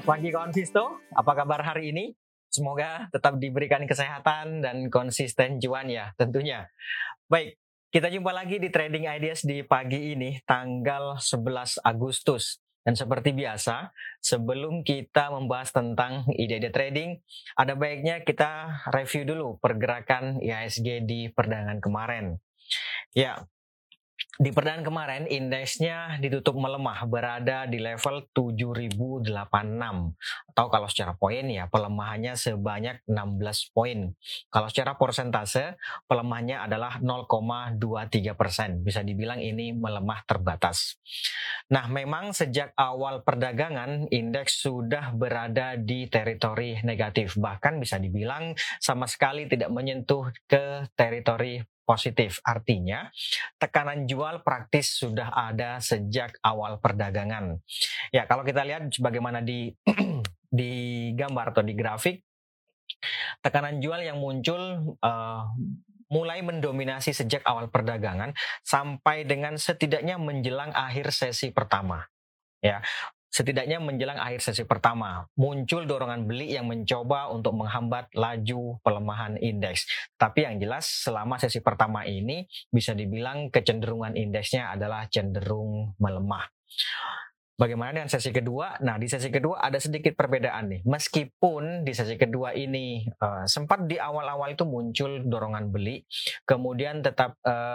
Selamat pagi kawan Visto, apa kabar hari ini? Semoga tetap diberikan kesehatan dan konsisten cuan ya tentunya. Baik, kita jumpa lagi di Trading Ideas di pagi ini tanggal 11 Agustus. Dan seperti biasa, sebelum kita membahas tentang ide-ide trading, ada baiknya kita review dulu pergerakan IHSG di perdagangan kemarin. Ya, di perdagangan kemarin, indeksnya ditutup melemah, berada di level 7.086. Atau kalau secara poin ya, pelemahannya sebanyak 16 poin. Kalau secara persentase, pelemahannya adalah 0,23%. Bisa dibilang ini melemah terbatas. Nah, memang sejak awal perdagangan, indeks sudah berada di teritori negatif. Bahkan bisa dibilang sama sekali tidak menyentuh ke teritori positif. Artinya, tekanan jual praktis sudah ada sejak awal perdagangan. Ya, kalau kita lihat bagaimana di di gambar atau di grafik, tekanan jual yang muncul mulai mendominasi sejak awal perdagangan sampai dengan setidaknya menjelang akhir sesi pertama. Ya, setidaknya menjelang akhir sesi pertama, muncul dorongan beli yang mencoba untuk menghambat laju pelemahan indeks. Tapi yang jelas selama sesi pertama ini bisa dibilang kecenderungan indeksnya adalah cenderung melemah. Bagaimana dengan sesi kedua? Nah, di sesi kedua ada sedikit perbedaan nih. Meskipun di sesi kedua ini sempat di awal-awal itu muncul dorongan beli, kemudian tetap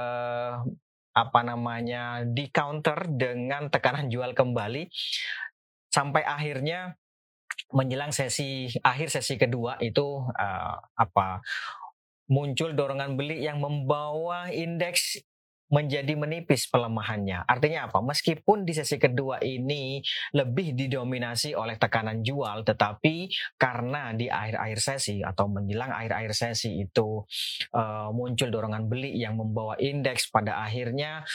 di counter dengan tekanan jual kembali sampai akhirnya menjelang akhir sesi kedua itu muncul dorongan beli yang membawa indeks menjadi menipis pelemahannya. Artinya apa? Meskipun di sesi kedua ini lebih didominasi oleh tekanan jual, tetapi karena di akhir-akhir sesi atau menjelang akhir-akhir sesi itu muncul dorongan beli yang membawa indeks pada akhirnya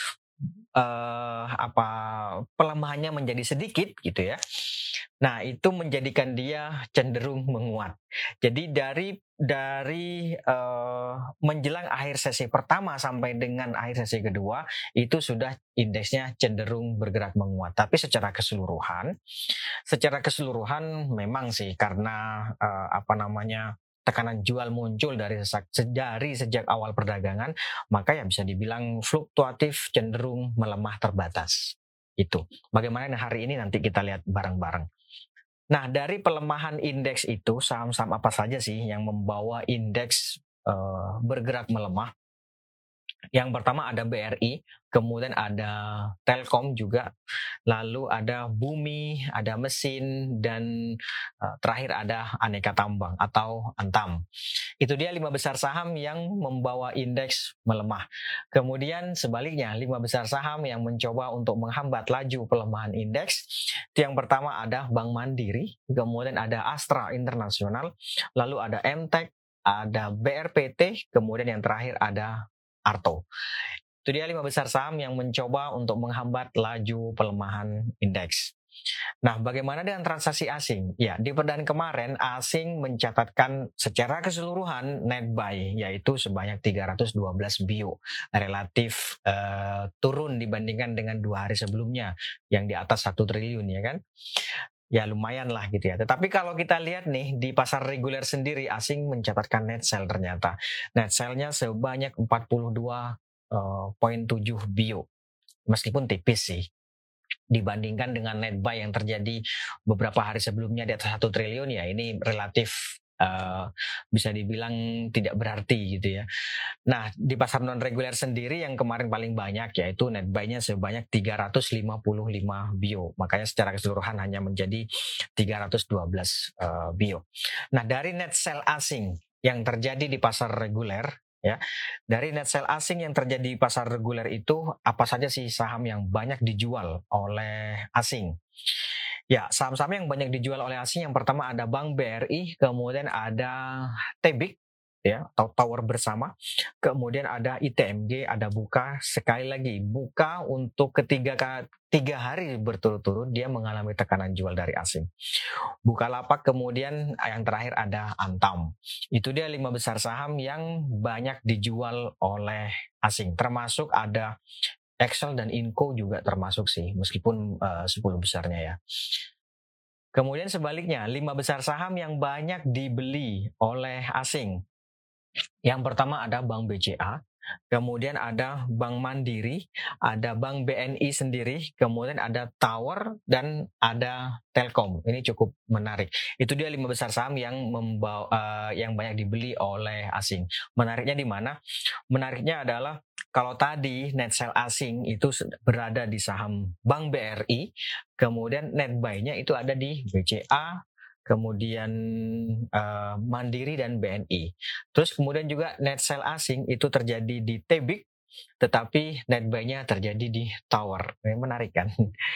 pelemahannya menjadi sedikit gitu ya. Nah, itu menjadikan dia cenderung menguat. Jadi dari menjelang akhir sesi pertama sampai dengan akhir sesi kedua itu sudah indeksnya cenderung bergerak menguat. Tapi secara keseluruhan memang sih karena tekanan jual muncul dari sejak awal perdagangan, maka ya bisa dibilang fluktuatif cenderung melemah terbatas. Itu. Bagaimana hari ini nanti kita lihat bareng-bareng. Nah, dari pelemahan indeks itu, saham-saham apa saja sih yang membawa indeks bergerak melemah? Yang pertama ada BRI, kemudian ada Telkom juga, lalu ada Bumi, ada Mesin, dan terakhir ada Aneka Tambang atau Antam. Itu dia 5 besar saham yang membawa indeks melemah. Kemudian sebaliknya 5 besar saham yang mencoba untuk menghambat laju pelemahan indeks. Itu yang pertama ada Bank Mandiri, kemudian ada Astra Internasional, lalu ada MTEK, ada BRPT, kemudian yang terakhir ada Arto. Itu dia 5 besar saham yang mencoba untuk menghambat laju pelemahan indeks. Nah, bagaimana dengan transaksi asing? Ya, di perdagangan kemarin asing mencatatkan secara keseluruhan net buy yaitu sebanyak 312 bio, relatif turun dibandingkan dengan 2 hari sebelumnya yang di atas 1 triliun ya kan. Ya lumayan lah gitu ya. Tetapi kalau kita lihat nih di pasar reguler sendiri asing mencatatkan net sell ternyata. Net sell-nya sebanyak 42,7 bio. Meskipun tipis sih dibandingkan dengan net buy yang terjadi beberapa hari sebelumnya di atas 1 triliun ya ini relatif bisa dibilang tidak berarti gitu ya. Nah, di pasar non reguler sendiri yang kemarin paling banyak yaitu net buy-nya sebanyak 355 bio. Makanya secara keseluruhan hanya menjadi 312 bio. Nah, dari net sell asing yang terjadi di pasar reguler ya. Dari net sell asing yang terjadi di pasar reguler itu apa saja sih saham yang banyak dijual oleh asing? Ya, saham-saham yang banyak dijual oleh asing yang pertama ada Bank BRI, kemudian ada Tebik ya atau Tower Bersama, kemudian ada ITMG, ada Buka. Sekali lagi Buka untuk tiga hari berturut-turut dia mengalami tekanan jual dari asing. Bukalapak, kemudian yang terakhir ada Antam. Itu dia 5 besar saham yang banyak dijual oleh asing, termasuk ada Excel dan Inco juga termasuk sih, meskipun 10 besarnya ya. Kemudian sebaliknya, 5 besar saham yang banyak dibeli oleh asing. Yang pertama ada Bank BCA, kemudian ada Bank Mandiri, ada Bank BNI sendiri, kemudian ada Tower dan ada Telkom. Ini cukup menarik. Itu dia 5 besar saham yang yang banyak dibeli oleh asing. Menariknya di mana? Menariknya adalah kalau tadi net sell asing itu berada di saham Bank BRI, kemudian net buy-nya itu ada di BCA, kemudian Mandiri dan BNI. Terus kemudian juga net sell asing itu terjadi di Tebik, tetapi net buy-nya terjadi di Tower. Menarik kan?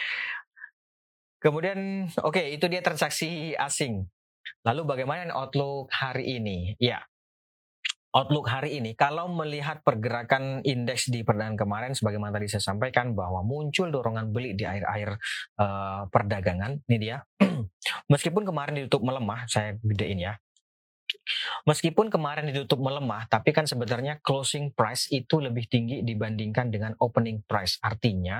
Kemudian itu dia transaksi asing. Lalu bagaimana outlook hari ini? Ya, outlook hari ini, kalau melihat pergerakan indeks di perdagangan kemarin, sebagaimana tadi saya sampaikan bahwa muncul dorongan beli di akhir-akhir perdagangan. Ini dia. Meskipun kemarin ditutup melemah, saya gedein ya. Meskipun kemarin ditutup melemah, tapi kan sebenarnya closing price itu lebih tinggi dibandingkan dengan opening price. Artinya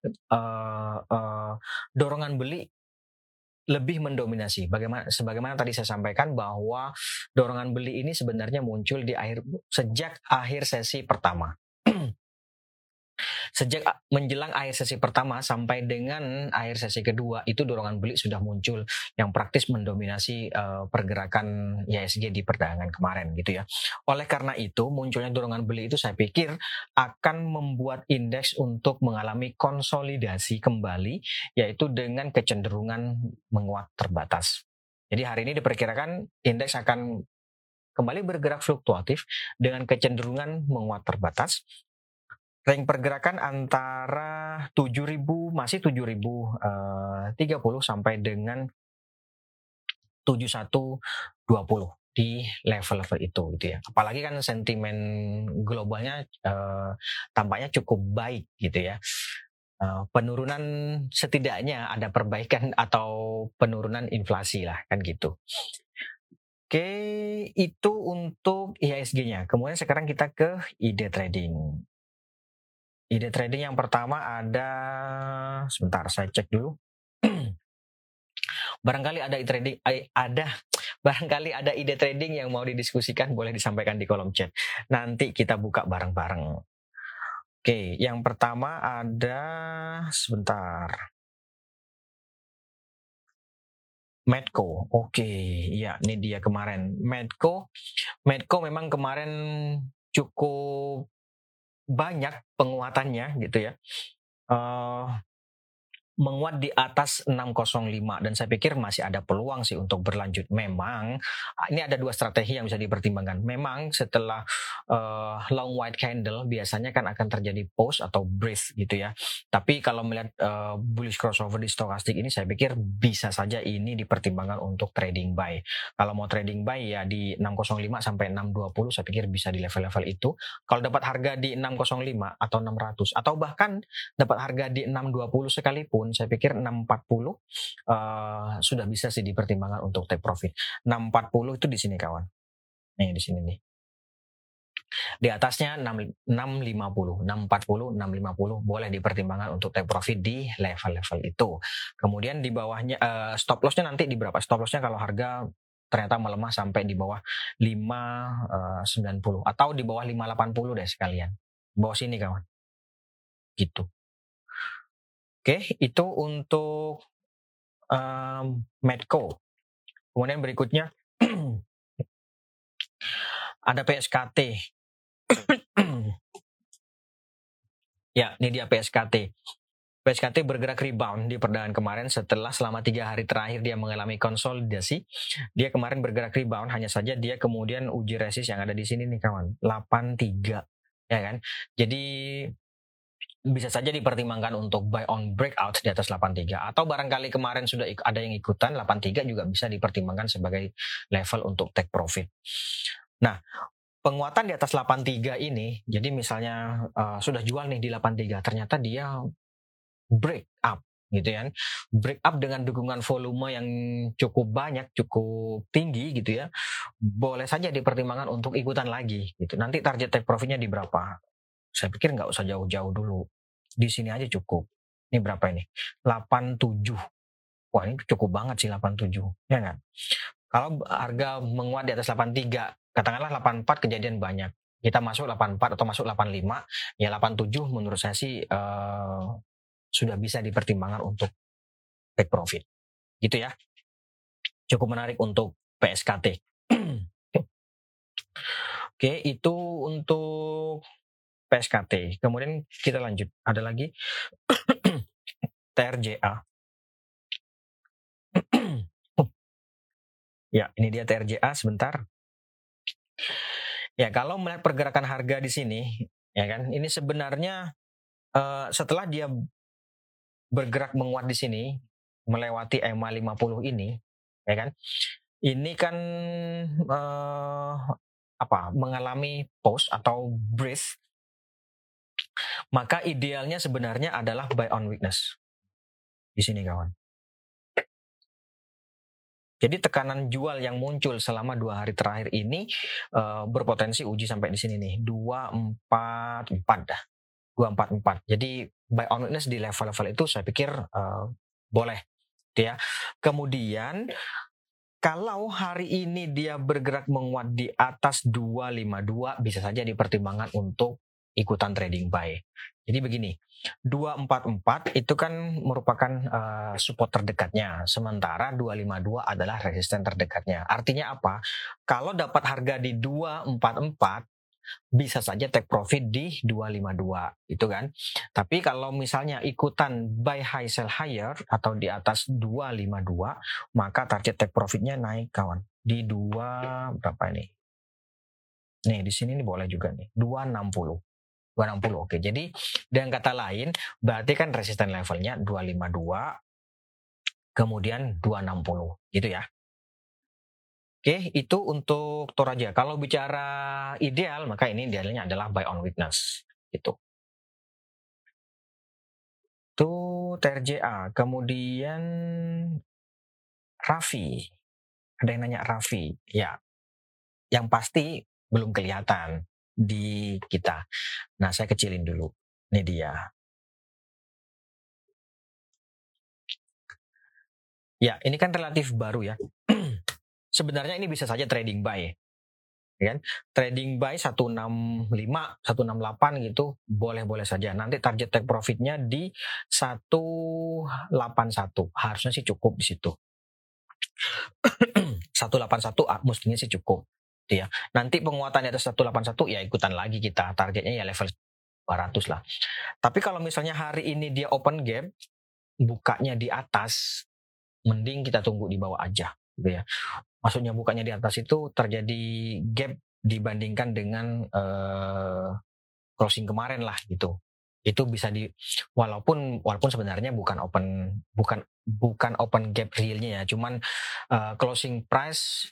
dorongan beli lebih mendominasi. Sebagaimana tadi saya sampaikan bahwa dorongan beli ini sebenarnya muncul sejak akhir sesi pertama. Sejak menjelang akhir sesi pertama sampai dengan akhir sesi kedua itu dorongan beli sudah muncul yang praktis mendominasi pergerakan IHSG di perdagangan kemarin gitu ya. Oleh karena itu munculnya dorongan beli itu saya pikir akan membuat indeks untuk mengalami konsolidasi kembali, yaitu dengan kecenderungan menguat terbatas. Jadi hari ini diperkirakan indeks akan kembali bergerak fluktuatif dengan kecenderungan menguat terbatas. Range pergerakan antara 7.000 masih 7.030 sampai dengan 7120 di level-level itu gitu ya. Apalagi kan sentimen globalnya tampaknya cukup baik gitu ya. Penurunan setidaknya ada perbaikan atau penurunan inflasi lah kan gitu. Oke, itu untuk IHSG-nya. Kemudian sekarang kita ke ide trading. Ide trading yang pertama ada, sebentar saya cek dulu. Barangkali ada ide trading yang mau didiskusikan, boleh disampaikan di kolom chat. Nanti kita buka bareng-bareng. Oke, yang pertama ada, sebentar. Medco. Oke, ya ini dia kemarin. Medco memang kemarin cukup banyak penguatannya gitu ya. Menguat di atas 605 dan saya pikir masih ada peluang sih untuk berlanjut. Memang ini ada dua strategi yang bisa dipertimbangkan. Memang setelah long white candle biasanya kan akan terjadi pause atau breath gitu ya. Tapi kalau melihat bullish crossover di stokastik ini saya pikir bisa saja ini dipertimbangkan untuk trading buy. Kalau mau trading buy ya di 605 sampai 620 saya pikir bisa di level-level itu. Kalau dapat harga di 605 atau 600 atau bahkan dapat harga di 620 sekalipun, saya pikir 640 sudah bisa sih dipertimbangkan untuk take profit. 640 itu di sini kawan. Nih di sini nih. Di atasnya 650, 640, 650 boleh dipertimbangkan untuk take profit di level-level itu. Kemudian di bawahnya stop lossnya nanti di berapa? Stop lossnya kalau harga ternyata melemah sampai di bawah 590 atau di bawah 580 deh sekalian. Bawah sini kawan. Gitu. Oke, itu untuk Medco. Kemudian berikutnya ada PSKT. Ya, ini dia PSKT. PSKT bergerak rebound di perdagangan kemarin setelah selama 3 hari terakhir dia mengalami konsolidasi. Dia kemarin bergerak rebound, hanya saja dia kemudian uji resist yang ada di sini nih kawan, 83. Ya kan? Jadi bisa saja dipertimbangkan untuk buy on breakout di atas 83 atau barangkali kemarin sudah ada yang ikutan 83 juga bisa dipertimbangkan sebagai level untuk take profit. Nah, penguatan di atas 83 ini, jadi misalnya sudah jual nih di 83, ternyata dia break up gitu kan. Break up dengan dukungan volume yang cukup banyak, cukup tinggi gitu ya. Boleh saja dipertimbangkan untuk ikutan lagi gitu. Nanti target take profitnya di berapa? Saya pikir nggak usah jauh-jauh dulu. Di sini aja cukup. Ini berapa ini? 87. wah ini cukup banget sih 87, ya kan? Kalau harga menguat di atas 83, katakanlah 84 kejadian banyak. Kita masuk 84 atau masuk 85, ya 87 menurut saya sih sudah bisa dipertimbangkan untuk take profit. Gitu ya. Cukup menarik untuk PSKT. Oke, itu untuk PSKT. Kemudian kita lanjut. Ada lagi TRJA. Ya, ini dia TRJA sebentar. Ya, kalau melihat pergerakan harga di sini, ya kan, ini sebenarnya setelah dia bergerak menguat di sini, melewati EMA 50 ini, ya kan, ini kan mengalami pause atau breath, maka idealnya sebenarnya adalah buy on weakness di sini kawan. Jadi tekanan jual yang muncul selama 2 hari terakhir ini berpotensi uji sampai di sini nih 244 dah, 244. Jadi buy on weakness di level-level itu saya pikir boleh, ya. Kemudian kalau hari ini dia bergerak menguat di atas 252, bisa saja dipertimbangkan untuk ikutan trading buy. Jadi begini, 244 itu kan merupakan support terdekatnya, sementara 252 adalah resisten terdekatnya. Artinya apa? Kalau dapat harga di 244, bisa saja take profit di 252 itu kan. Tapi kalau misalnya ikutan buy high sell higher atau di atas 252, maka target take profitnya naik kawan di 2 berapa ini? Nih di sini nih boleh juga nih 260. 260. Oke. Jadi dengan kata lain berarti kan resisten levelnya 252 kemudian 260 gitu ya. Oke, itu untuk Toraja. Kalau bicara ideal, maka ini idealnya adalah buy on weakness. Gitu. Itu TRJA. Kemudian Raffi. Ada yang nanya Raffi. Ya, yang pasti belum kelihatan di kita. Nah, saya kecilin dulu. Ini dia. Ya, ini kan relatif baru ya. Sebenarnya ini bisa saja trading buy. Ya kan? Trading buy 165, 168 gitu boleh-boleh saja. Nanti target take profitnya di 181. Harusnya sih cukup di situ. 181 mestinya sih cukup. Ya. Nanti penguatan di atas 181 ya ikutan lagi kita. Targetnya ya level 200 lah. Tapi kalau misalnya hari ini dia open gap, bukanya di atas, mending kita tunggu di bawah aja gitu ya. Maksudnya bukanya di atas itu terjadi gap dibandingkan dengan closing kemarin lah gitu. Itu bisa walaupun sebenarnya bukan open gap realnya ya, cuman closing price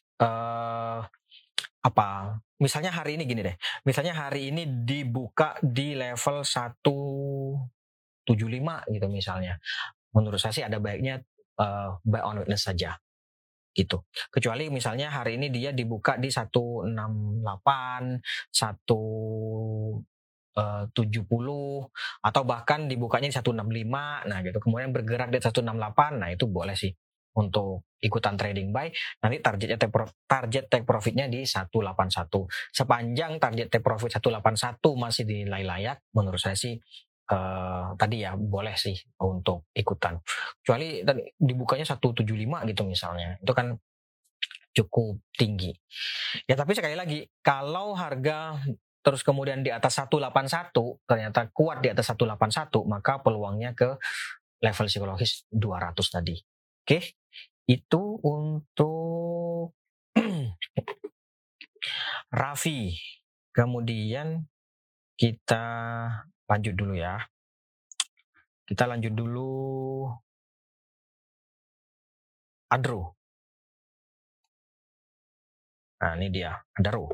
misalnya hari ini gini deh. Misalnya hari ini dibuka di level 175 gitu misalnya. Menurut saya sih ada baiknya buy on weakness saja gitu. Kecuali misalnya hari ini dia dibuka di 168, 170 atau bahkan dibukanya di 165, nah gitu. Kemudian bergerak di 168, nah itu boleh sih untuk ikutan trading buy. Nanti target take profitnya di 181. Sepanjang target take profit 181 masih dinilai layak, menurut saya sih tadi ya boleh sih untuk ikutan. Kecuali tadi dibukanya 175 gitu misalnya, itu kan cukup tinggi. Ya tapi sekali lagi, kalau harga terus kemudian di atas 181, ternyata kuat di atas 181, maka peluangnya ke level psikologis 200 tadi. Oke, itu untuk Raffi. Kemudian kita lanjut dulu ya. Kita lanjut dulu Adro. Nah ini dia, Adro.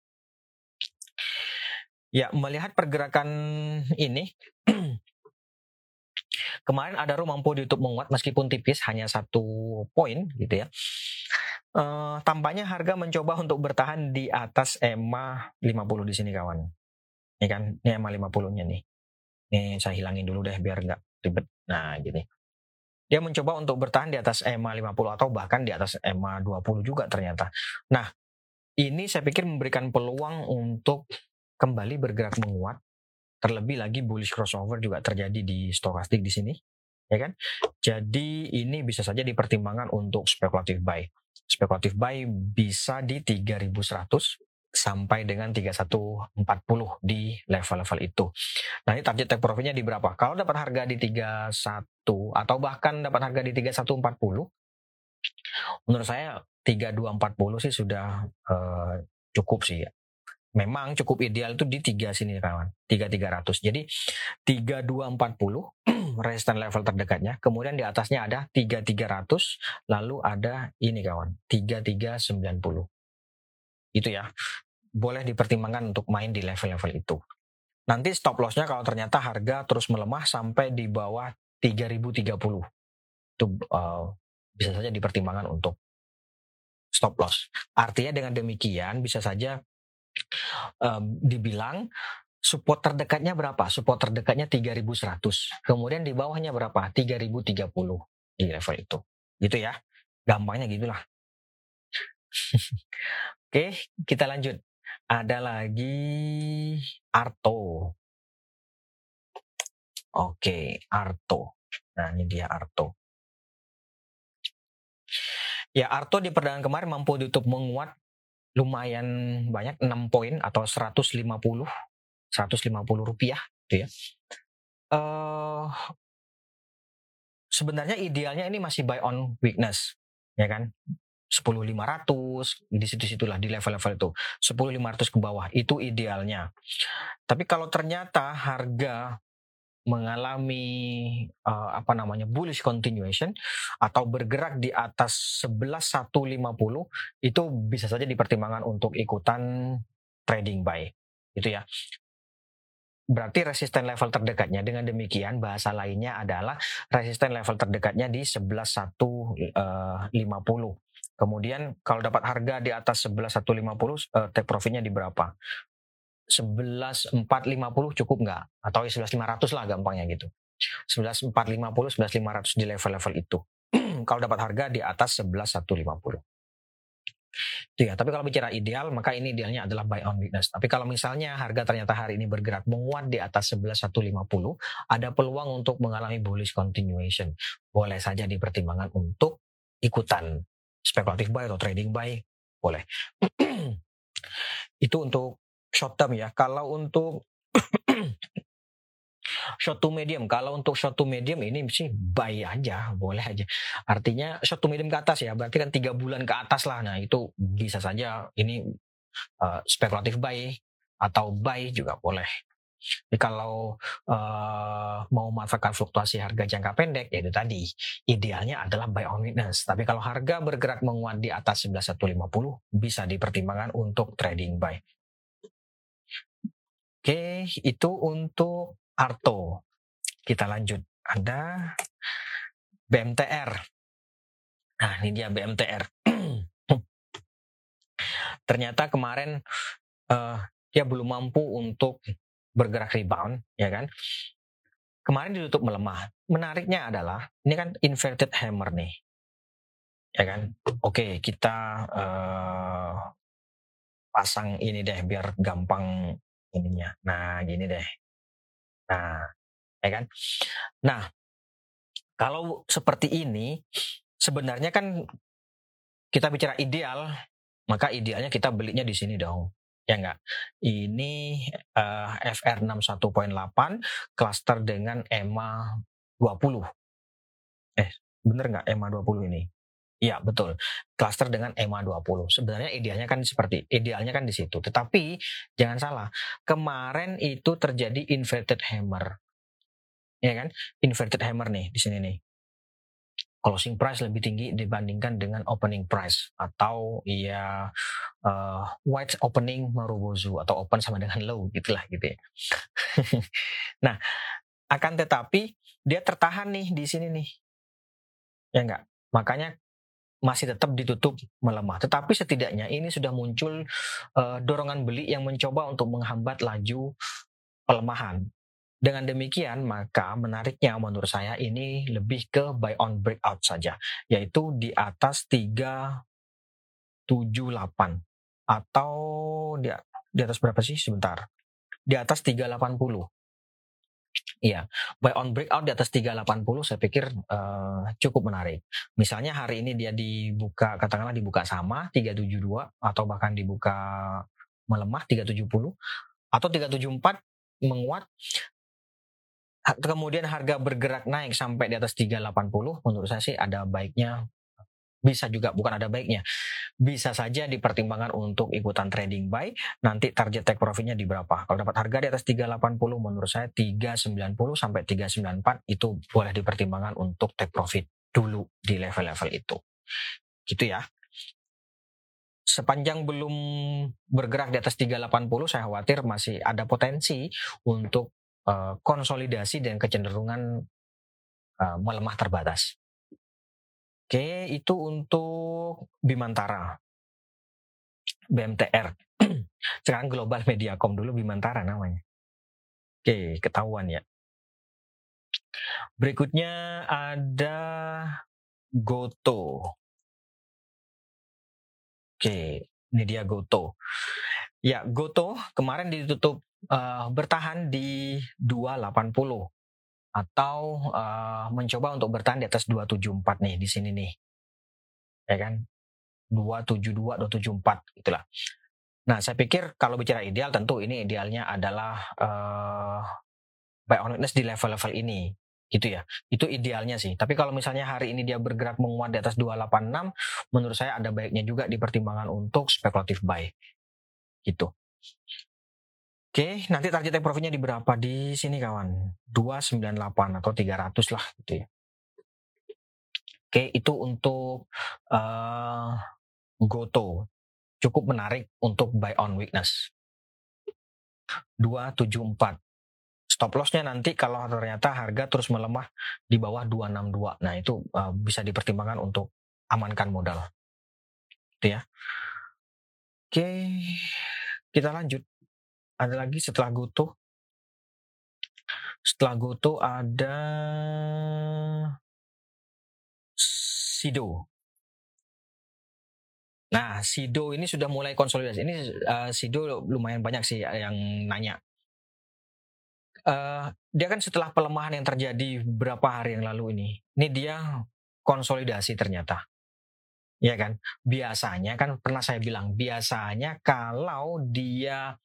Ya, melihat pergerakan ini, kemarin Adaro mampu ditutup menguat meskipun tipis, hanya 1 poin gitu ya. Tampaknya harga mencoba untuk bertahan di atas EMA 50 di sini kawan. Ini kan, ini EMA 50-nya nih. Ini saya hilangin dulu deh biar nggak ribet. Nah, gini. Dia mencoba untuk bertahan di atas EMA 50 atau bahkan di atas EMA 20 juga ternyata. Nah, ini saya pikir memberikan peluang untuk kembali bergerak menguat. Terlebih lagi bullish crossover juga terjadi di stokastik di sini, ya kan? Jadi ini bisa saja dipertimbangkan untuk spekulatif buy. Spekulatif buy bisa di 3100 sampai dengan 3140 di level-level itu. Nah, ini target take profitnya di berapa? Kalau dapat harga di 31 atau bahkan dapat harga di 3140, menurut saya 3240 sih sudah cukup sih ya. Memang cukup ideal itu di 3 sini kawan, 3300. Jadi 3240 resistance level terdekatnya, kemudian di atasnya ada 3300, lalu ada ini kawan, 3390. Itu ya. Boleh dipertimbangkan untuk main di level-level itu. Nanti stop loss-nya kalau ternyata harga terus melemah sampai di bawah 3030. Itu bisa saja dipertimbangkan untuk stop loss. Artinya dengan demikian bisa saja dibilang support terdekatnya berapa? Support terdekatnya 3100. Kemudian di bawahnya berapa? 3030 di level itu. Gitu ya. Gampangnya gitulah. Oke, kita lanjut. Ada lagi Arto. Oke, Arto. Nah, ini dia Arto. Ya, Arto di perdagangan kemarin mampu ditutup menguat lumayan banyak, 6 poin atau 150 rupiah gitu ya. Sebenarnya idealnya ini masih buy on weakness, ya kan? 10.500 di situ-situlah di level-level itu. 10.500 ke bawah itu idealnya. Tapi kalau ternyata harga mengalami bullish continuation atau bergerak di atas 11.150, itu bisa saja dipertimbangkan untuk ikutan trading buy. Itu ya. Berarti resisten level terdekatnya, dengan demikian bahasa lainnya adalah resisten level terdekatnya di 11.150. Kemudian kalau dapat harga di atas 11.150, take profitnya di berapa? 11.450 cukup nggak? Atau 11.500 lah gampangnya gitu. 11.450, 11.500 di level-level itu. Kalau dapat harga di atas 11.150. Itu ya, tapi kalau bicara ideal, maka ini idealnya adalah buy on weakness. Tapi kalau misalnya harga ternyata hari ini bergerak menguat di atas 11.150, ada peluang untuk mengalami bullish continuation. Boleh saja dipertimbangkan untuk ikutan spekulatif buy atau trading buy, boleh. Itu untuk short term ya. Kalau untuk short to medium, ini sih buy aja, boleh aja. Artinya short to medium ke atas ya, berarti kan 3 bulan ke atas lah. Nah itu bisa saja ini spekulatif buy atau buy juga boleh. Jadi kalau mau memanfaatkan fluktuasi harga jangka pendek, ya itu tadi idealnya adalah buy on weakness. Tapi kalau harga bergerak menguat di atas 11.150, bisa dipertimbangkan untuk trading buy. Oke, itu untuk Arto. Kita lanjut. Ada BMTR. Nah, ini dia BMTR. Ternyata kemarin dia belum mampu untuk bergerak rebound, ya kan? Kemarin ditutup melemah. Menariknya adalah ini kan inverted hammer nih, ya kan? Oke, kita pasang ini deh biar gampang ininya. Nah, gini deh. Nah, ya kan? Nah, kalau seperti ini sebenarnya kan kita bicara ideal, maka idealnya kita belinya di sini dong. Ya enggak? Ini FR61.8 cluster dengan EMA 20. Bener nggak EMA 20 ini? Iya, betul. Cluster dengan EMA 20. Sebenarnya idealnya kan di situ. Tetapi jangan salah, kemarin itu terjadi inverted hammer. Ya kan? Inverted hammer nih di sini nih. Closing price lebih tinggi dibandingkan dengan opening price, atau ya white opening marubozu, atau open sama dengan low gitulah gitu ya. Nah, akan tetapi dia tertahan nih di sini nih, ya enggak? Makanya masih tetap ditutup melemah. Tetapi setidaknya ini sudah muncul dorongan beli yang mencoba untuk menghambat laju pelemahan. Dengan demikian, maka menariknya menurut saya ini lebih ke buy on breakout saja, yaitu di atas 378 atau di atas berapa sih? Sebentar. Di atas 380. Iya, buy on breakout di atas 380 saya pikir cukup menarik. Misalnya hari ini dia dibuka, katakanlah dibuka sama 372 atau bahkan dibuka melemah 370 atau 374 menguat, kemudian harga bergerak naik sampai di atas 380, menurut saya sih ada baiknya, bisa juga bukan ada baiknya, bisa saja dipertimbangkan untuk ikutan trading buy. Nanti target take profitnya di berapa? Kalau dapat harga di atas 380, menurut saya 390 sampai 394 itu boleh dipertimbangkan untuk take profit dulu di level-level itu. Gitu ya. Sepanjang belum bergerak di atas 380, saya khawatir masih ada potensi untuk konsolidasi dan kecenderungan melemah terbatas. Oke, itu untuk Bimantara. BMTR. Sekarang Global Mediacom, dulu Bimantara namanya. Oke, ketahuan ya. Berikutnya ada Goto. Oke, ini dia Goto. Ya, Goto kemarin ditutup bertahan di 280 atau mencoba untuk bertahan di atas 274 nih di sini nih. Ya kan? 272, 274 itulah. Nah, saya pikir kalau bicara ideal, tentu ini idealnya adalah buy on weakness di level-level ini, gitu ya. Itu idealnya sih. Tapi kalau misalnya hari ini dia bergerak menguat di atas 286, menurut saya ada baiknya juga dipertimbangkan untuk speculative buy, gitu. Oke, nanti target take profitnya di berapa di sini kawan? 298 atau 300 lah, gitu ya. Oke, itu untuk Goto. Cukup menarik untuk buy on weakness. 274. Stop lossnya nanti kalau ternyata harga terus melemah di bawah 262. Nah, itu bisa dipertimbangkan untuk amankan modal. Gitu ya. Oke, kita lanjut. Ada lagi setelah Goto. Setelah Goto ada Sido. Nah, Sido ini sudah mulai konsolidasi. Ini Sido lumayan banyak sih yang nanya. Dia kan setelah pelemahan yang terjadi beberapa hari yang lalu ini dia konsolidasi ternyata. Ya kan? Biasanya kan pernah saya bilang, biasanya kalau dia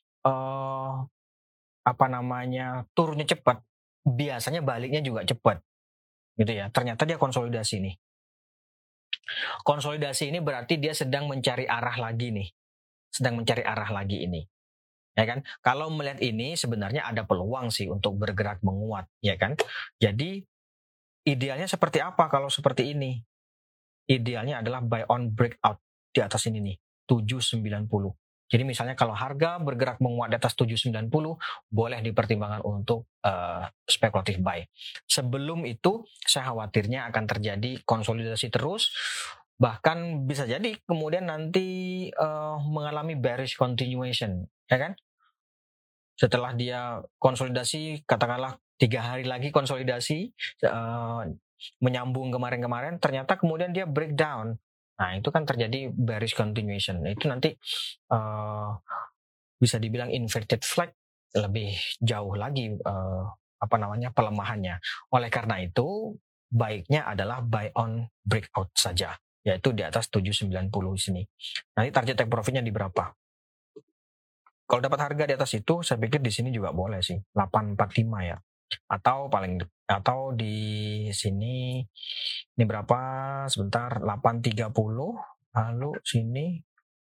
turunnya cepat, biasanya baliknya juga cepat. Gitu ya. Ternyata dia konsolidasi nih. Konsolidasi ini berarti dia sedang mencari arah lagi nih. Sedang mencari arah lagi ini. Ya kan? Kalau melihat ini sebenarnya ada peluang sih untuk bergerak menguat, ya kan? Jadi idealnya seperti apa kalau seperti ini? Idealnya adalah buy on breakout di atas ini nih, 790. Jadi misalnya kalau harga bergerak menguat di atas 790, boleh dipertimbangkan untuk speculative buy. Sebelum itu, saya khawatirnya akan terjadi konsolidasi terus, bahkan bisa jadi kemudian nanti mengalami bearish continuation, ya kan? Setelah dia konsolidasi, katakanlah 3 hari lagi konsolidasi, menyambung kemarin-kemarin, ternyata kemudian dia breakdown. Nah, itu kan terjadi bearish continuation. Itu nanti bisa dibilang inverted flag, lebih jauh lagi pelemahannya. Oleh karena itu, baiknya adalah buy on breakout saja, yaitu di atas 790 sini. Nanti target take profitnya di berapa? Kalau dapat harga di atas itu, saya pikir di sini juga boleh sih, 845 ya. Atau di sini ini berapa? Sebentar, 830, lalu sini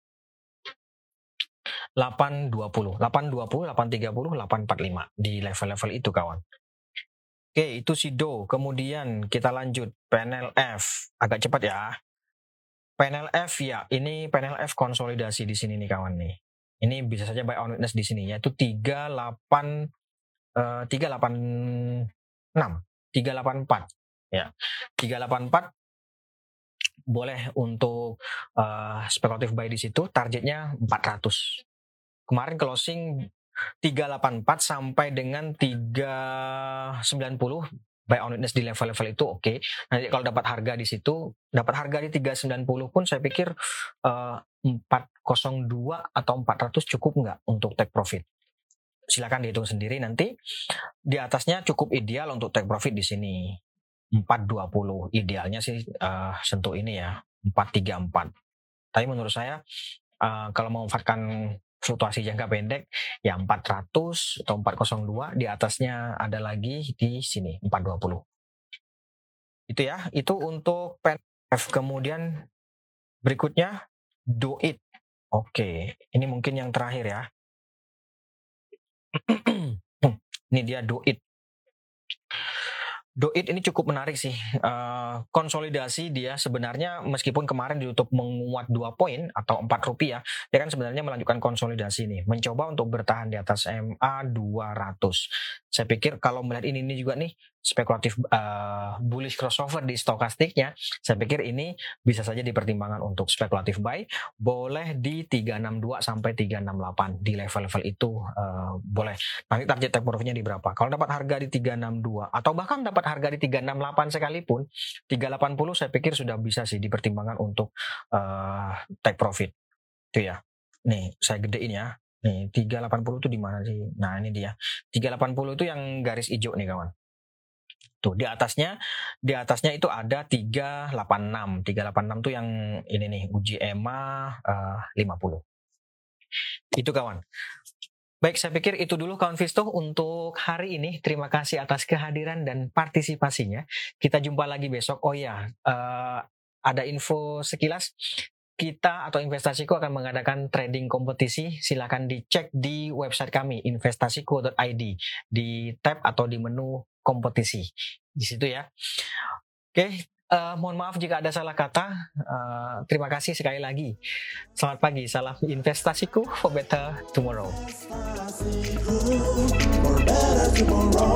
820, 820, 830, 845 di level-level itu kawan. Oke, itu Sido. Kemudian kita lanjut PNLF, agak cepat ya. PNLF ya, ini PNLF konsolidasi di sini nih kawan nih. Ini bisa saja buy on weakness di sini, yaitu 384 ya. 384 boleh untuk speculative buy di situ, targetnya 400. Kemarin closing 384 sampai dengan 390 buy on witness di level-level itu oke. Nanti kalau dapat harga di situ, dapat harga di 390 pun saya pikir 402 atau 400 cukup nggak untuk take profit? Silakan dihitung sendiri nanti. Di atasnya cukup ideal untuk take profit di sini. 420 idealnya sih sentuh ini ya, 434. Tapi menurut saya kalau memanfaatkan fluktuasi jangka pendek ya 400 atau 402, di atasnya ada lagi di sini 420. Itu ya, itu untuk PNF. Kemudian berikutnya do it. Oke, ini mungkin yang terakhir ya. Ini dia do it. Do it ini cukup menarik sih. Konsolidasi dia sebenarnya meskipun kemarin ditutup menguat 2 poin atau 4 rupiah, dia kan sebenarnya melanjutkan konsolidasi nih, mencoba untuk bertahan di atas MA 200. Saya pikir kalau melihat ini juga nih spekulatif bullish crossover di stokastiknya, saya pikir ini bisa saja dipertimbangkan untuk spekulatif buy. Boleh di 362 sampai 368 di level-level itu boleh. Nanti target take profitnya di berapa? Kalau dapat harga di 362 atau bahkan dapat harga di 368 sekalipun, 380 saya pikir sudah bisa sih dipertimbangkan untuk take profit. Itu ya. Nih, saya gedein ya. Nih, 380 itu di mana sih? Nah, ini dia. 380 itu yang garis hijau nih, kawan. Tuh, di atasnya itu ada 386. 386 tuh yang ini nih, uji EMA 50. Itu kawan. Baik, saya pikir itu dulu kawan Visto untuk hari ini. Terima kasih atas kehadiran dan partisipasinya. Kita jumpa lagi besok. Oh ya, ada info sekilas. Kita atau Investasiku akan mengadakan trading kompetisi. Silakan dicek di website kami, investasiku.id, di tab atau di menu kompetisi. Di situ ya. Oke. Mohon maaf jika ada salah kata. Terima kasih sekali lagi. Selamat pagi, salam investasiku for better tomorrow.